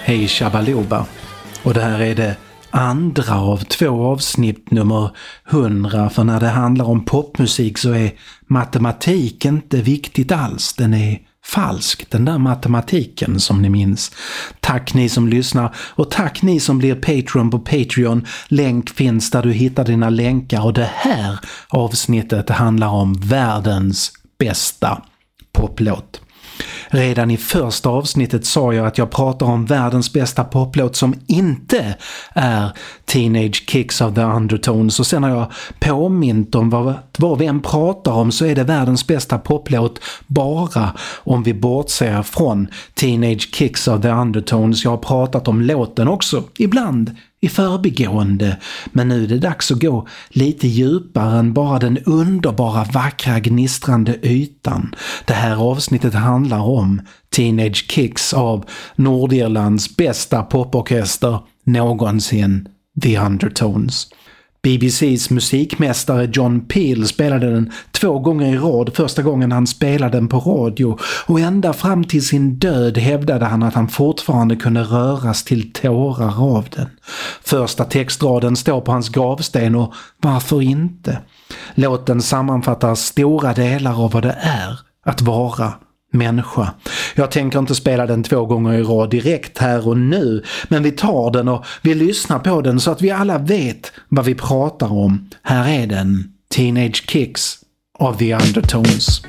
Hej Shabaluba. Och det här är det andra av 2 avsnitt nummer 100, för när det handlar om popmusik så är matematik inte viktigt alls. Den är falsk, den där matematiken som ni minns. Tack ni som lyssnar och tack ni som blir Patreon på Patreon. Länk finns där du hittar dina länkar, och det här avsnittet handlar om världens bästa poplåt. Redan i första avsnittet sa jag att jag pratar om världens bästa poplåt som inte är Teenage Kicks of the Undertones, och sen har jag påmint om vad vem pratar om, så är det världens bästa poplåt bara om vi bortser från Teenage Kicks of the Undertones. Jag har pratat om låten också, ibland i förbigående, men nu är det dags att gå lite djupare än bara den underbara, vackra, gnistrande ytan. Det här avsnittet handlar om Teenage Kicks av Nordirlands bästa poporkester någonsin, The Undertones. BBCs musikmästare John Peel spelade den 2 gånger i rad, första gången han spelade den på radio, och ända fram till sin död hävdade han att han fortfarande kunde röras till tårar av den. Första textraden står på hans gravsten, och varför inte? Låten sammanfattar stora delar av vad det är att vara människa. Jag tänker inte spela den 2 gånger i rad direkt här och nu, men vi tar den och vi lyssnar på den så att vi alla vet vad vi pratar om. Här är den, Teenage Kicks of the Undertones.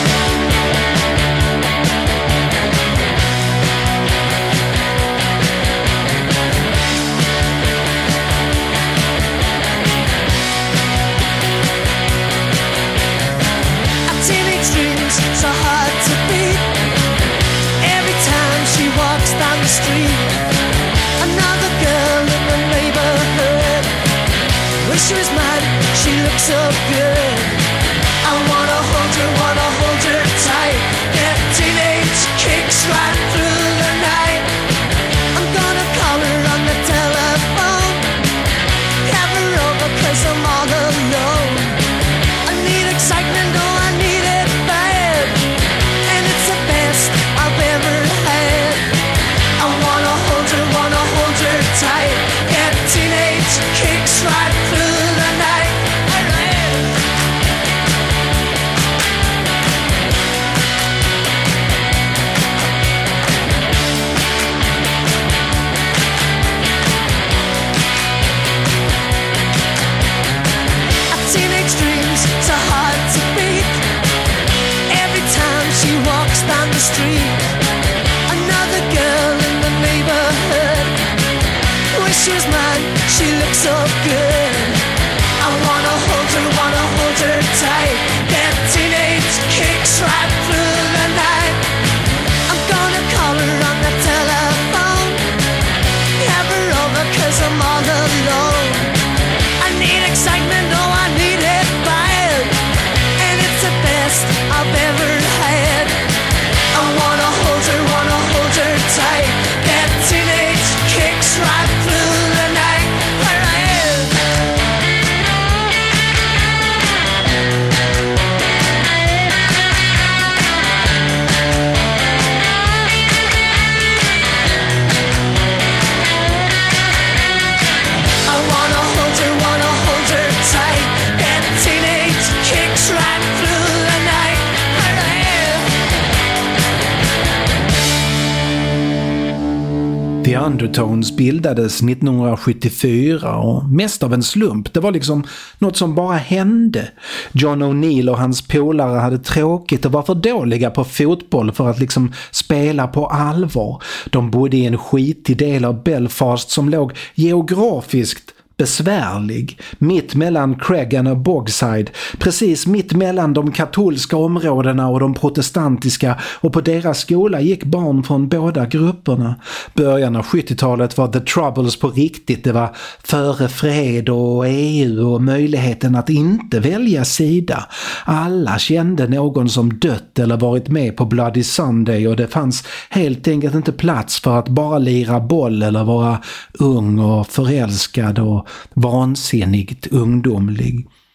She was mad, she looks so good. I wanna hold her tight. Get teenage kicks right through the night. I'm gonna call her on the telephone. Have her over 'cause I'm all alone. I need excitement, oh I need it bad. And it's the best I've ever had. I wanna hold her tight. Get teenage kicks right through. Down the street, another girl in the neighborhood. Wish she was mine, she looks so good. I wanna hold her tight. Get teenage kicks right through the night. I'm gonna call her on the telephone. Have her over 'cause I'm all alone. I need excitement, oh I need it bad. And it's the best I've ever had. I wanna hold her tight. Get teenage kicks right through the night. Where I am. I wanna hold her tight. Get teenage kicks right through the night. Where I am. The Undertones bildades 1974 och mest av en slump. Det var liksom något som bara hände. John O'Neill och hans polare hade tråkigt och var för dåliga på fotboll för att liksom spela på allvar. De bodde i en skitig del av Belfast som låg geografiskt besvärlig, mitt mellan Creggan och Bogside, precis mitt mellan de katolska områdena och de protestantiska, och på deras skola gick barn från båda grupperna. Början av 70-talet var The Troubles på riktigt. Det var före fred och EU och möjligheten att inte välja sida. Alla kände någon som dött eller varit med på Bloody Sunday, och det fanns helt enkelt inte plats för att bara lira boll eller vara ung och förälskad och vansinnigt ungdomlig.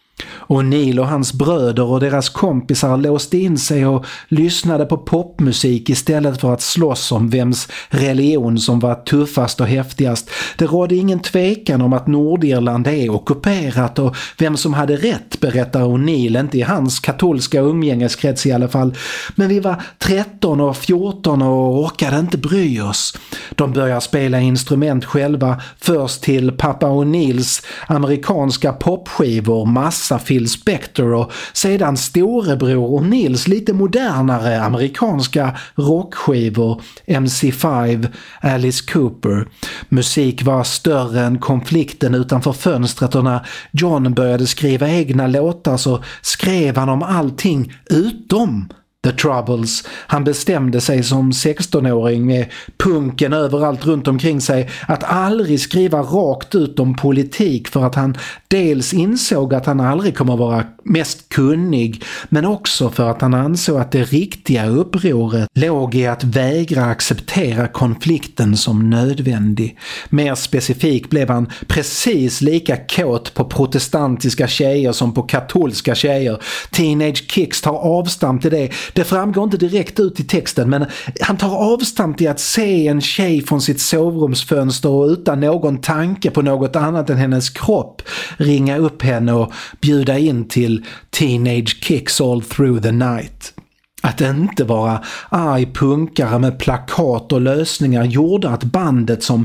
O'Neill och hans bröder och deras kompisar låste in sig och lyssnade på popmusik istället för att slåss om vems religion som var tuffast och häftigast. Det rådde ingen tvekan om att Nordirland är ockuperat och vem som hade rätt, berättar O'Neill, inte i hans katolska umgängeskrets i alla fall. Men vi var 13 och 14 och orkade inte bry oss. De började spela instrument själva, först till pappa O'Neills amerikanska popskivor, massa Phil Spector, och sedan storebror O'Neills lite modernare amerikanska rockskivor, MC5, Alice Cooper. Musik var större än konflikten utanför fönstret, och när John började skriva egna låtar så skrev han om allting utom The Troubles. Han bestämde sig som 16-åring med punken överallt runt omkring sig att aldrig skriva rakt ut om politik, för att han dels insåg att han aldrig kommer vara mest kunnig, men också för att han ansåg att det riktiga upproret låg i att vägra acceptera konflikten som nödvändig. Mer specifikt blev han precis lika kåt på protestantiska tjejer som på katolska tjejer. Teenage Kicks tar avstamp till det. Det framgår inte direkt ut i texten, men han tar avstamp till att se en tjej från sitt sovrumsfönster och utan någon tanke på något annat än hennes kropp ringa upp henne och bjuda in till Teenage Kicks all through the night. Att inte vara arg punkare med plakat och lösningar gjorde att bandet, som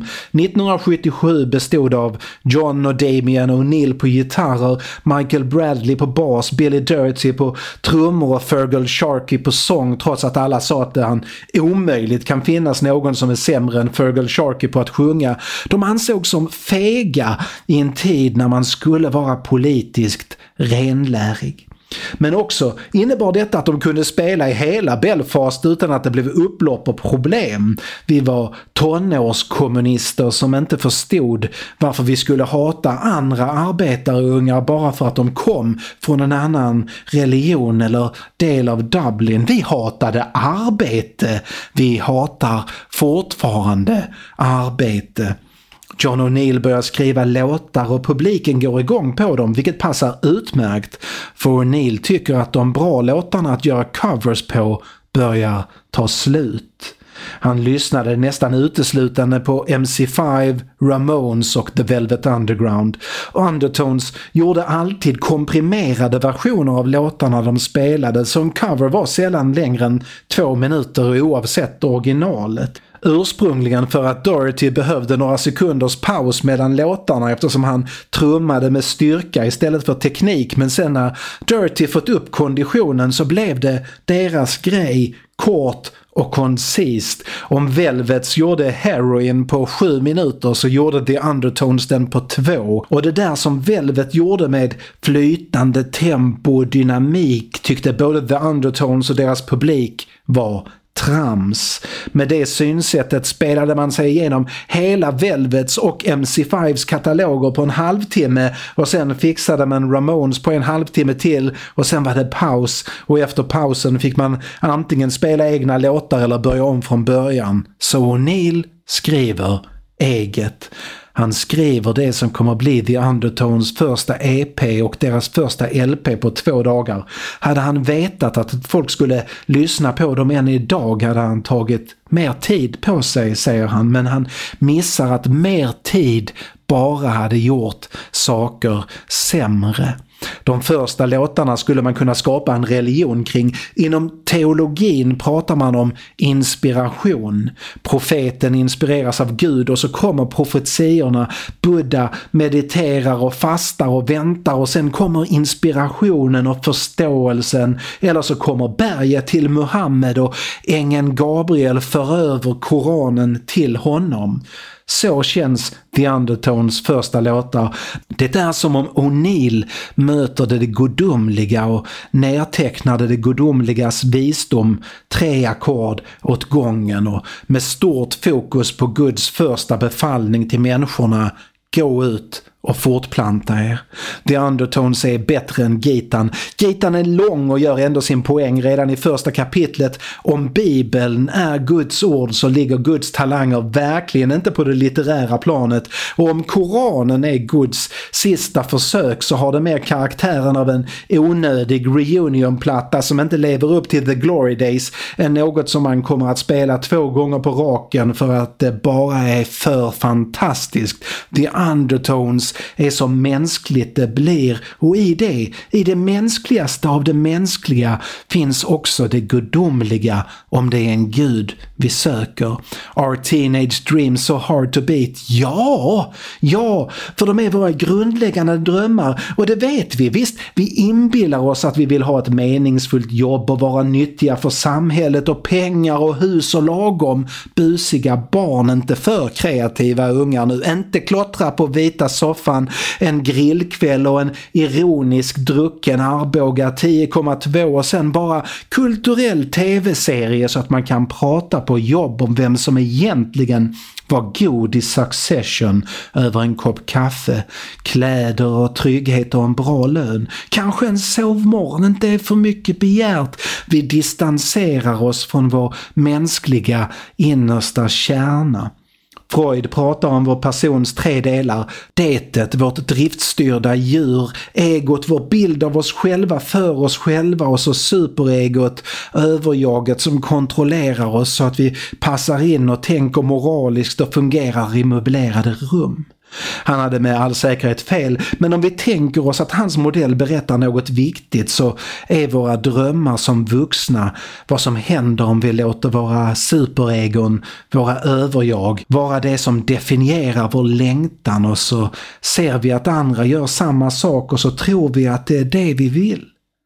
1977 bestod av John och Damien O'Neill på gitarrer, Michael Bradley på bas, Billy Doherty på trummor och Fergal Sharkey på sång, trots att alla sa att han omöjligt kan finnas någon som är sämre än Fergal Sharkey på att sjunga. De ansågs som fega i en tid när man skulle vara politiskt renlärig. Men också innebar detta att de kunde spela i hela Belfast utan att det blev upplopp och problem. Vi var tonårskommunister som inte förstod varför vi skulle hata andra arbetarungar bara för att de kom från en annan religion eller del av Dublin. Vi hatade arbete. Vi hatar fortfarande arbete. John O'Neill börjar skriva låtar och publiken går igång på dem, vilket passar utmärkt, för O'Neill tycker att de bra låtarna att göra covers på börjar ta slut. Han lyssnade nästan uteslutande på MC5, Ramones och The Velvet Underground. Och Undertones gjorde alltid komprimerade versioner av låtarna de spelade, så en cover var sällan längre än 2 minuter oavsett originalet. Ursprungligen för att Doherty behövde några sekunders paus mellan låtarna eftersom han trummade med styrka istället för teknik, men sen när Doherty fått upp konditionen så blev det deras grej, kort och koncist. Om Velvets gjorde Heroin på 7 minuter så gjorde The Undertones den på 2. Och det där som Velvet gjorde med flytande tempo och dynamik tyckte både The Undertones och deras publik var trams. Med det synsättet spelade man sig igenom hela Velvets och MC5s kataloger på en halvtimme, och sen fixade man Ramones på en halvtimme till, och sen var det paus, och efter pausen fick man antingen spela egna låtar eller börja om från början. Så O'Neill skriver eget. Han skriver det som kommer bli The Undertones första EP och deras första LP på 2 dagar. Hade han vetat att folk skulle lyssna på dem än idag hade han tagit mer tid på sig, säger han. Men han missar att mer tid bara hade gjort saker sämre. De första låtarna skulle man kunna skapa en religion kring. Inom teologin pratar man om inspiration. Profeten inspireras av Gud och så kommer profetiorna. Buddha mediterar och fastar och väntar, och sen kommer inspirationen och förståelsen. Eller så kommer berget till Muhammed och ängeln Gabriel för över Koranen till honom. Så känns The Undertones första låtar. Det är som om O'Neill möter det gudomliga och nedtecknade det gudomligas visdom 3 ackord åt gången, och med stort fokus på Guds första befallning till människorna: gå ut och fortplanta er. The Undertones är bättre än Gitan. Gitan är lång och gör ändå sin poäng redan i första kapitlet. Om Bibeln är Guds ord så ligger Guds talanger verkligen inte på det litterära planet. Och om Koranen är Guds sista försök så har det mer karaktären av en onödig reunionplatta som inte lever upp till The Glory Days än något som man kommer att spela 2 gånger på raken för att det bara är för fantastiskt. The Undertones är så mänskligt det blir, och i det mänskligaste av det mänskliga finns också det gudomliga, om det är en gud vi söker. Our teenage dreams so hard to beat. Ja, för de är våra grundläggande drömmar, och det vet vi. Visst, vi inbillar oss att vi vill ha ett meningsfullt jobb och vara nyttiga för samhället och pengar och hus och lagom. Busiga barn, inte för kreativa ungar nu. Inte klottra på vita soffan en grillkväll och en ironisk drucken Arboga 10,2 och sen bara kulturell tv-serie så att man kan prata på jobb om vem som egentligen var god i Succession över en kopp kaffe, kläder och trygghet och en bra lön. Kanske en sovmorgon inte är för mycket begärt. Vi distanserar oss från vår mänskliga innersta kärna. Freud pratar om vår persons 3 delar. Detet, vårt driftstyrda djur, egot, vår bild av oss själva för oss själva, och så superegot, överjaget som kontrollerar oss så att vi passar in och tänker moraliskt och fungerar i möblerade rum. Han hade med all säkerhet fel, men om vi tänker oss att hans modell berättar något viktigt så är våra drömmar som vuxna vad som händer om vi låter våra superegon, våra överjag, vara det som definierar vår längtan, och så ser vi att andra gör samma sak och så tror vi att det är det vi vill.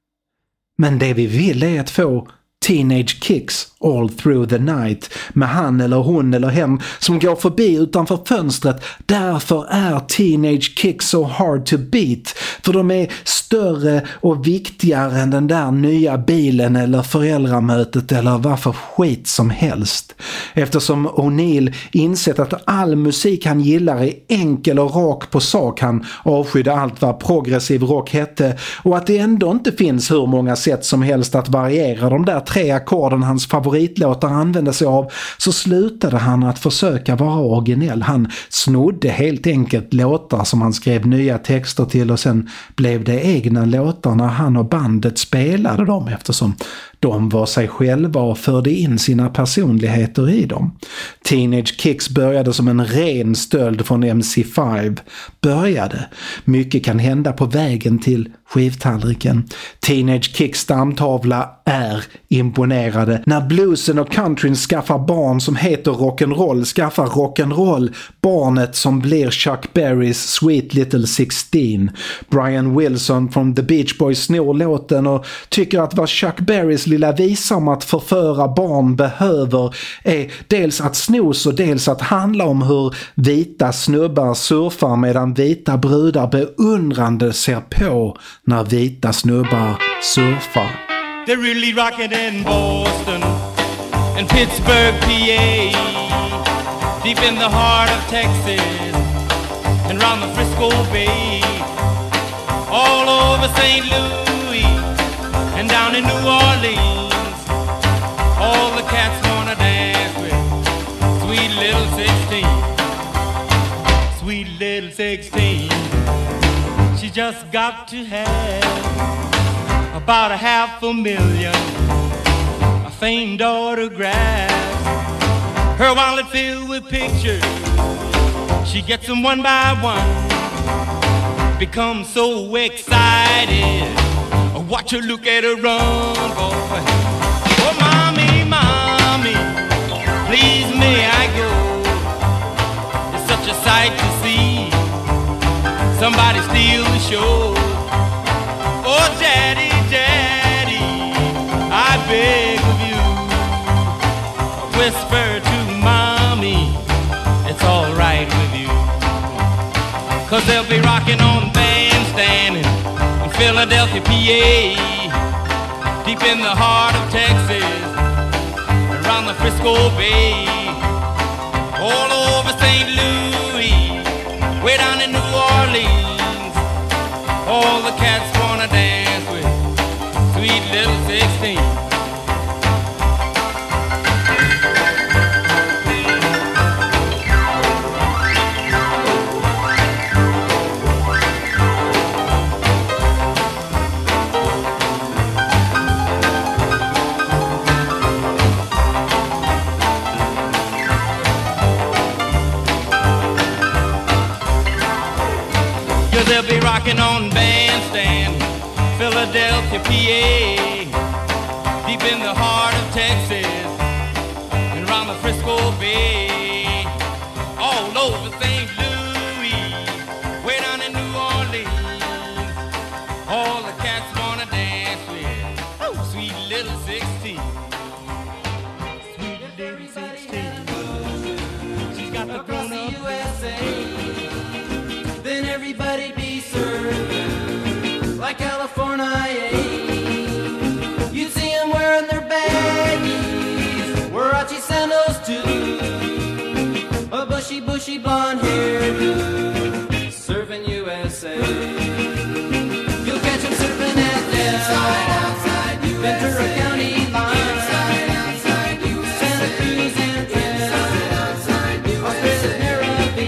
Men det vi vill är att få teenage kicks all through the night med han eller hon eller hem som går förbi utanför fönstret. Därför är teenage kicks so hard to beat, för de är större och viktigare än den där nya bilen eller föräldramötet eller vad för skit som helst. Eftersom O'Neill insett att all musik han gillar är enkel och rak på sak, han avskydde allt vad progressiv rock hette, och att det ändå inte finns hur många sätt som helst att variera de där 3 ackorden hans favoritlåtar använde sig av, så slutade han att försöka vara originell. Han snodde helt enkelt låtar som han skrev nya texter till, och sen blev det egna låtar när han och bandet spelade dem, eftersom de var sig själva och förde in sina personligheter i dem. Teenage Kicks började som en ren stöld från MC5. Mycket kan hända på vägen till skivtallriken. Teenage Kicks stamtavla är imponerade. När bluesen och countryn skaffar barn som heter rock'n'roll, skaffar rock'n'roll barnet som blir Chuck Berrys Sweet Little 16. Brian Wilson från The Beach Boys snor låten och tycker att vad Chuck Berrys lilla visa om att förföra barn behöver är dels att snos och dels att handla om hur vita snubbar surfar medan vita brudar beundrande ser på när vita snubbar surfar. They're really rocking in Boston and Pittsburgh, PA, deep in the heart of Texas and round the Frisco Bay, all over St. Louis and down in New Orleans. All the cats wanna dance with sweet little 16. Sweet little 16. She just got to have about 500,000 famed autographs. Her wallet filled with pictures, she gets them one by one. Becomes so excited, watch her look at her run, boy. Oh, mommy, mommy, please may I go? It's such a sight to see somebody steal the show. Oh, daddy, daddy, I beg of you, whisper to mommy, it's all right with you. 'Cause they'll be rocking on Bandstand in Philadelphia, PA, deep in the heart of Texas, around the Frisco Bay, all over St. Louis, way down in New Orleans. Orleans. All the cats wanna dance with sweet little 16. They'll be rocking on Bandstand, Philadelphia, PA, deep in the heart of Texas, and around the Frisco Bay, all over St. Louis, way down in New Orleans. All the cats wanna dance with sweet little 16. Sweet little 16. She's got the grown-up USA. Then everybody be served like California. You'd see them wearing their baggies, Warachi sandals too, a bushy blonde hairdo, serving USA. You'll catch them surfing at Inside, outside, Ventura County line, Inside, outside, Santa Cruz and Inside, outside, Australia.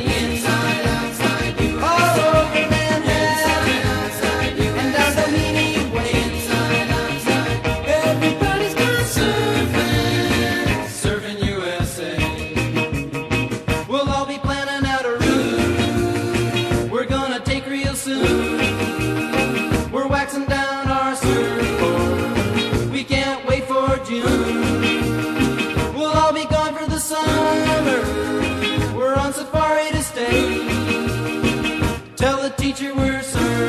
Tell the teacher we're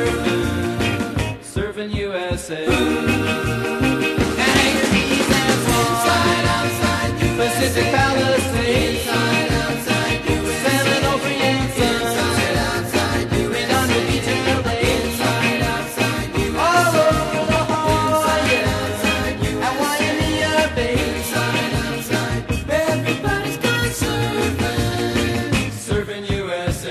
serving USA. And hang your knees and swallow. Inside, outside, Pacific Palisades. Inside, outside, San Onofre and Sun. Inside, outside, Redondo Beach and LA. Inside, outside, all over La Jolla. Inside, at Waimea Bay. Inside, outside, everybody's gone serving USA.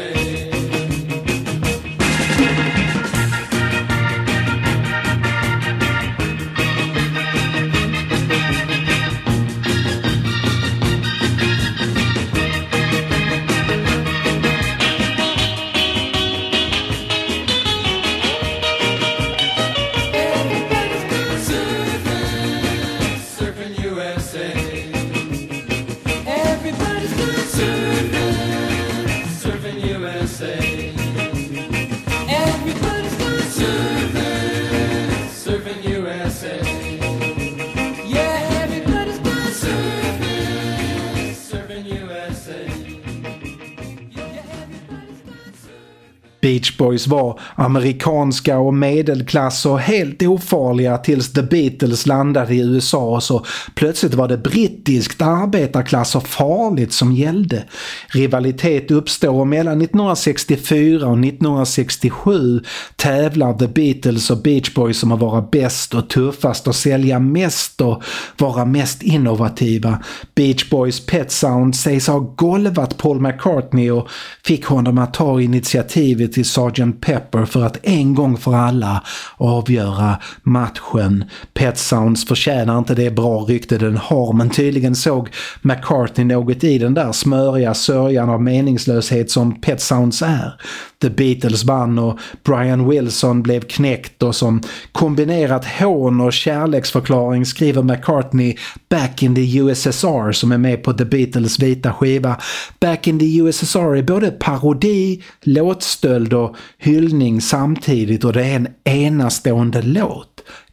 Beach Boys var amerikanska och medelklass och helt ofarliga tills The Beatles landade i USA, och så plötsligt var det brittiskt arbetarklass och farligt som gällde. Rivalitet uppstår mellan 1964 och 1967 tävlar The Beatles och Beach Boys om att vara bäst och tuffast och sälja mest och vara mest innovativa. Beach Boys Pet Sound sägs ha golvat Paul McCartney och fick honom att ta initiativet till Sgt. Pepper för att en gång för alla avgöra matchen. Pet Sounds förtjänar inte det bra rykte den har, men tydligen såg McCartney något i den där smöriga sörjan av meningslöshet som Pet Sounds är. The Beatles vann och Brian Wilson blev knäckt, och som kombinerat hån och kärleksförklaring skriver McCartney Back in the USSR, som är med på The Beatles vita skiva. Back in the USSR är både parodi, låtstöld och hyllning samtidigt, och det är en enastående låt.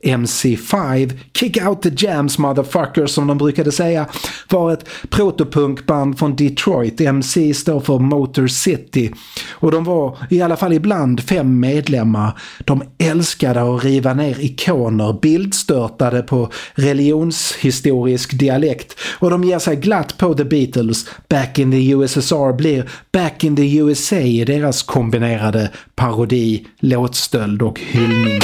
MC5, Kick Out the Jams Motherfuckers som de brukade säga, var ett protopunkband från Detroit. MC står för Motor City, och de var i alla fall ibland 5 medlemmar. De älskade att riva ner ikoner, bildstörtade på religionshistorisk dialekt, och de ger sig glatt på The Beatles. Back in the USSR blir Back in the USA i deras kombinerade parodi, låtstöld och hyllning.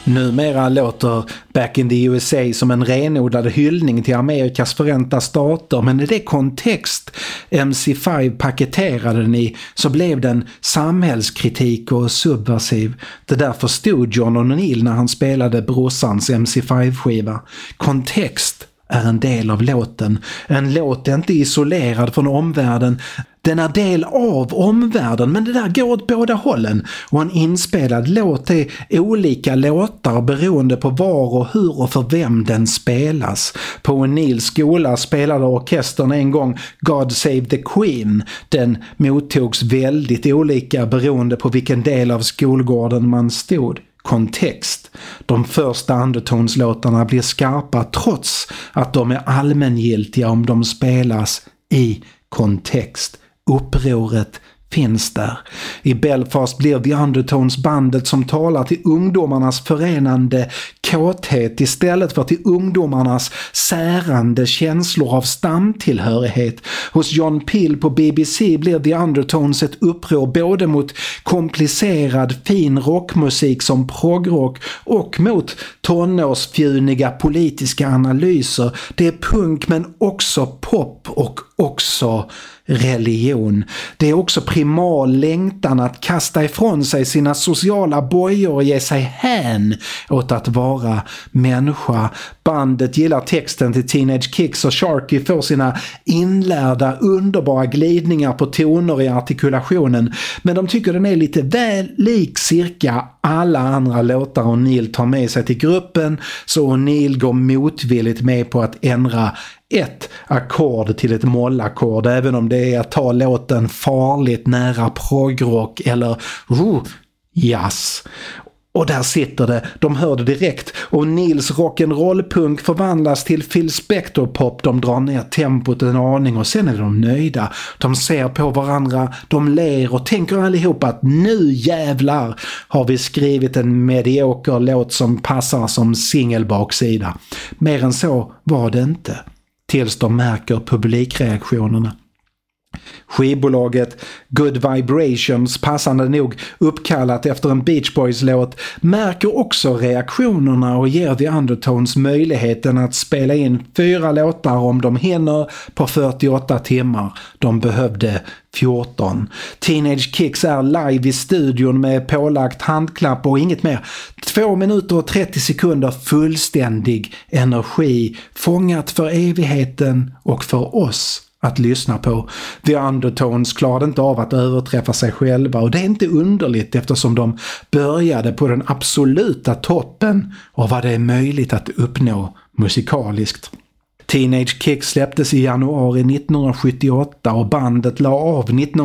Numera låter Back in the USA som en renodlad hyllning till Amerikas förenta stater, men i det kontext MC5 paketerade den i så blev den samhällskritik och subversiv. Det där förstod John O'Neill när han spelade brorsans MC5-skiva. Kontext är en del av låten. En låt är inte isolerad från omvärlden. Den är del av omvärlden, men det där går åt båda hållen. Och en inspelad låt är olika låtar beroende på var och hur och för vem den spelas. På O'Neills skola spelade orkestern en gång God Save the Queen. Den mottogs väldigt olika beroende på vilken del av skolgården man stod. Kontext. De första Undertones-låtarna blir skarpa trots att de är allmängiltiga om de spelas i kontext. Upproret finns där. I Belfast blir The Undertones bandet som talar till ungdomarnas förenande kåthet istället för till ungdomarnas särande känslor av stamtillhörighet. Hos John Peel på BBC blir The Undertones ett uppror både mot komplicerad fin rockmusik som progrock och mot tonårsfjuniga politiska analyser. Det är punk men också pop och också religion. Det är också primal längtan att kasta ifrån sig sina sociala bojor och ge sig hän åt att vara människa. Bandet gillar texten till Teenage Kicks och Sharky får sina inlärda underbara glidningar på toner i artikulationen, men de tycker den är lite väl lik cirka alla andra låtar O'Neill tar med sig till gruppen, så O'Neill går motvilligt med på att ändra ett ackord till ett mollackord, även om det är att ta låten farligt nära progrock eller jazz. Och där sitter det, de hör det direkt, och Nils rock'n'roll-punk förvandlas till Phil Spector-pop. De drar ner tempot en aning och sen är de nöjda. De ser på varandra, de ler och tänker allihop att nu jävlar har vi skrivit en medioker låt som passar som singelbaksida. Mer än så var det inte, tills de märker publikreaktionerna. Skivbolaget Good Vibrations, passande nog uppkallat efter en Beach Boys-låt, märker också reaktionerna och ger The Undertones möjligheten att spela in 4 låtar om de hinner på 48 timmar. De behövde 14. Teenage Kicks är live i studion med pålagt handklapp och inget mer. 2 minuter och 30 sekunder fullständig energi, fångat för evigheten och för oss att lyssna på. The Undertones klarade inte av att överträffa sig själva, och det är inte underligt eftersom de började på den absoluta toppen av vad det är möjligt att uppnå musikaliskt. Teenage Kicks släpptes i januari 1978 och bandet la av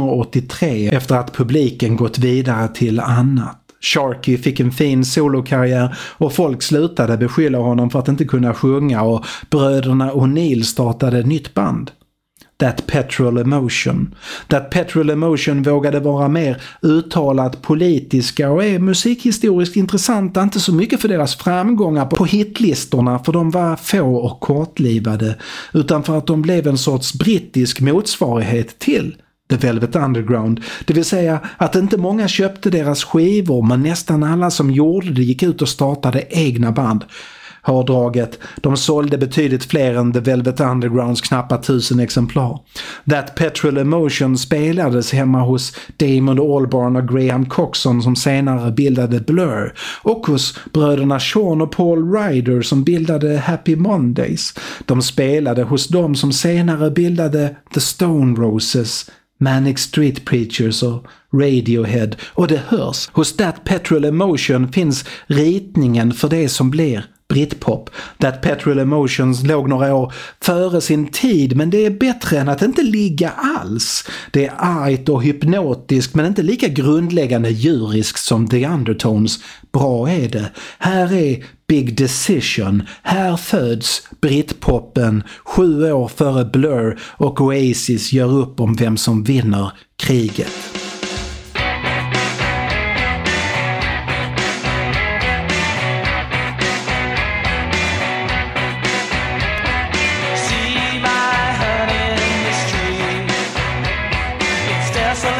1983 efter att publiken gått vidare till annat. Sharky fick en fin solokarriär och folk slutade beskylla honom för att inte kunna sjunga, och bröderna O'Neill startade ett nytt band. That Petrol Emotion. That Petrol Emotion vågade vara mer uttalat politiska och är musikhistoriskt intressanta, inte så mycket för deras framgångar på hitlistorna, för de var få och kortlivade, utan för att de blev en sorts brittisk motsvarighet till The Velvet Underground. Det vill säga att inte många köpte deras skivor, men nästan alla som gjorde det gick ut och startade egna band. Hårdraget, de sålde betydligt fler än The Velvet Undergrounds knappa 1000 exemplar. That Petrol Emotion spelades hemma hos Damon Albarn och Graham Coxon som senare bildade Blur, och hos bröderna Sean och Paul Ryder som bildade Happy Mondays. De spelade hos dem som senare bildade The Stone Roses, Manic Street Preachers och Radiohead, och det hörs. Hos That Petrol Emotion finns ritningen för det som blir Britpop. That Petrol Emotions låg några år före sin tid, men det är bättre än att inte ligga alls. Det är argt och hypnotiskt, men inte lika grundläggande djuriskt som The Undertones. Bra är det. Här är Big Decision. Här föds Britpoppen 7 år före Blur, och Oasis gör upp om vem som vinner kriget.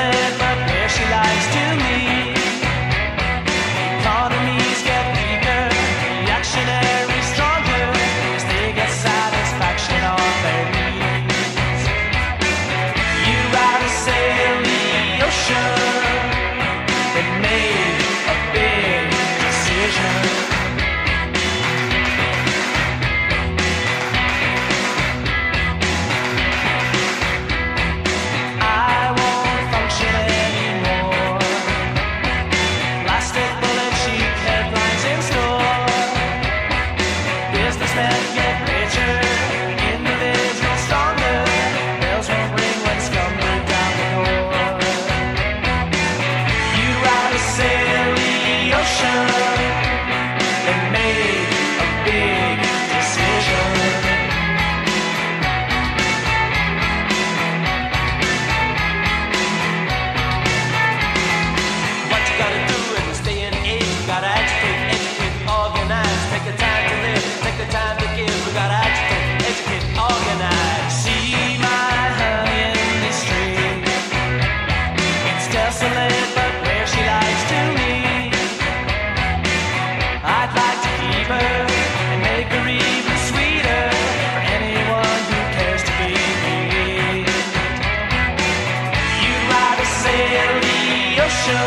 She likes to meet. Economies get weaker.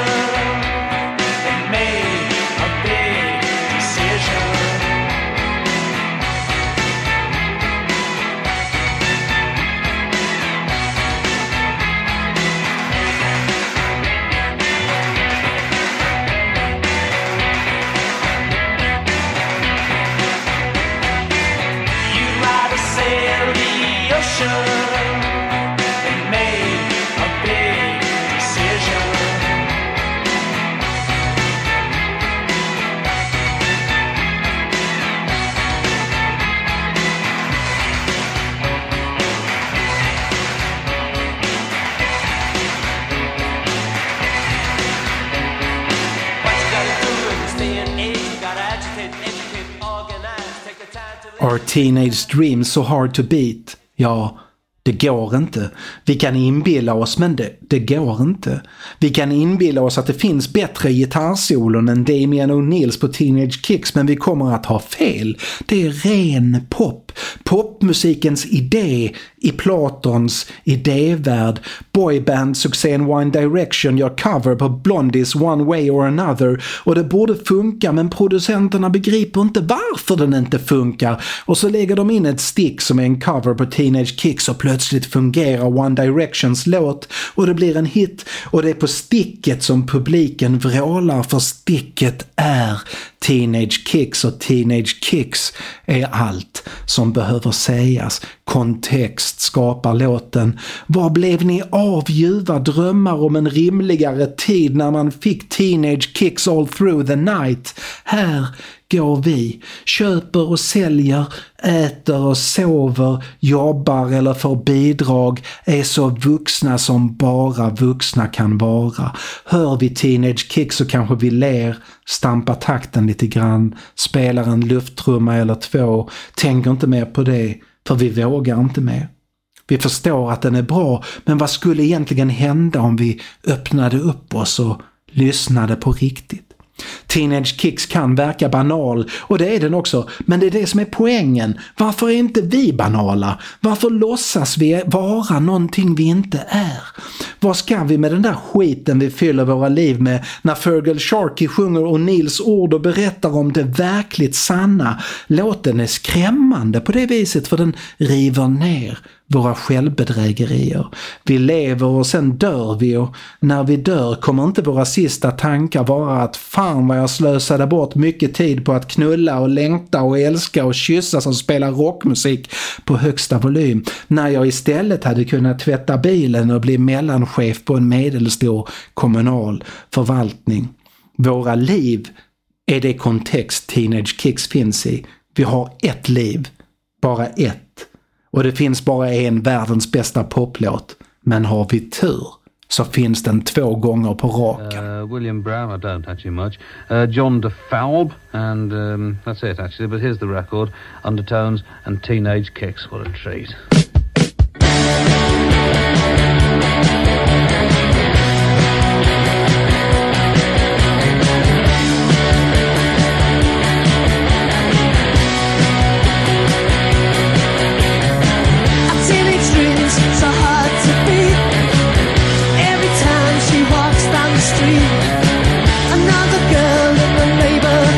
and made a big decision. You'd rather sail the ocean and made a big decision. What you gotta do in this day and age? You gotta agitate, educate, organize, take the time to Are teenage dreams so hard to beat? Ja, det går inte. Vi kan inbilla oss, men det går inte. Vi kan inbilla oss att det finns bättre gitarrsolon än Damien O'Neills på Teenage Kicks, men vi kommer att ha fel. Det är ren pop. Popmusikens idé i Platons idévärld. Boyband-succén One Direction gör cover på Blondies One Way or Another, och det borde funka, men producenterna begriper inte varför den inte funkar, och så lägger de in ett stick som är en cover på Teenage Kicks, och plötsligt fungerar One Directions låt och det blir en hit, och det är på sticket som publiken vrålar, för sticket är Teenage Kicks, och Teenage Kicks är allt som behöver sägas. Kontext skapar låten. Vad blev ni av ljuva drömmar om en rimligare tid när man fick Teenage Kicks all through the night? Här går vi, köper och säljer, äter och sover, jobbar eller får bidrag, är så vuxna som bara vuxna kan vara. Hör vi Teenage Kicks så kanske vi ler, stampar takten lite grann, spelar en lufttrumma eller två, tänker inte mer på det, för vi vågar inte mer. Vi förstår att den är bra, men vad skulle egentligen hända om vi öppnade upp oss och lyssnade på riktigt? Teenage Kicks kan verka banal, och det är den också, men det är det som är poängen. Varför är inte vi banala? Varför låtsas vi vara någonting vi inte är? Vad ska vi med den där skiten vi fyller våra liv med när Fergal Sharkey sjunger O'Neills ord och berättar om det verkligt sanna? Låten är skrämmande på det viset, för den river ner våra självbedrägerier. Vi lever och sen dör vi, och när vi dör kommer inte våra sista tankar vara att fan vad jag slösade bort mycket tid på att knulla och längta och älska och kyssa som spelar rockmusik på högsta volym, när jag istället hade kunnat tvätta bilen och bli mellanchef på en medelstor kommunal förvaltning. Våra liv är det kontext Teenage Kicks finns i. Vi har ett liv, bara ett. Och det finns bara en världens bästa poplåt. Men har vi tur så finns den 2 gånger på raken. William Brown, I don't actually much. John DeFalb, and that's it actually. But here's the record, Undertones and Teenage Kicks. What a treat.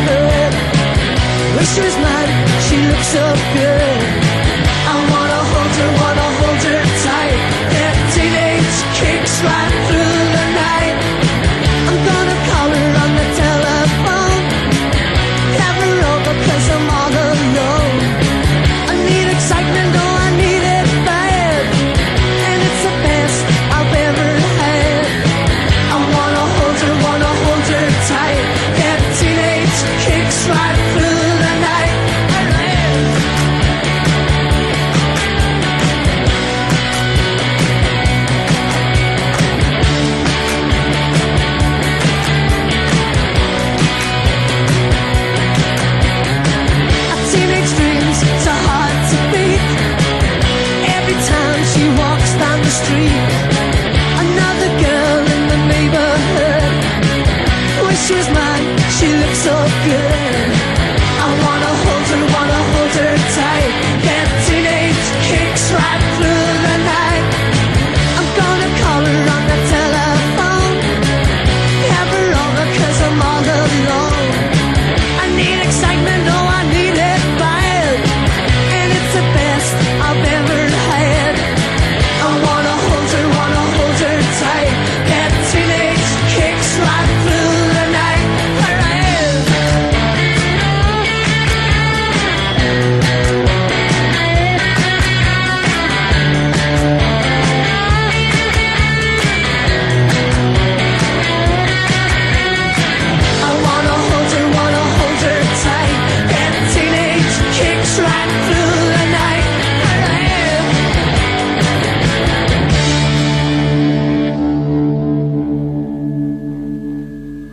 She was mine, she looks so good. I wanna hold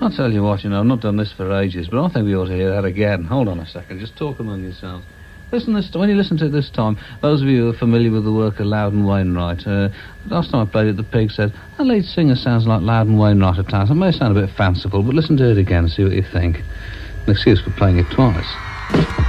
I'll tell you what, I've not done this for ages, but I think we ought to hear that again. Hold on a second, just talk among yourselves. Listen this when you listen to it this time, those of you who are familiar with the work of Loudon Wainwright, last time I played it, the pig said, the lead singer sounds like Loudon Wainwright at times. It may sound a bit fanciful, but listen to it again and see what you think. An excuse for playing it twice.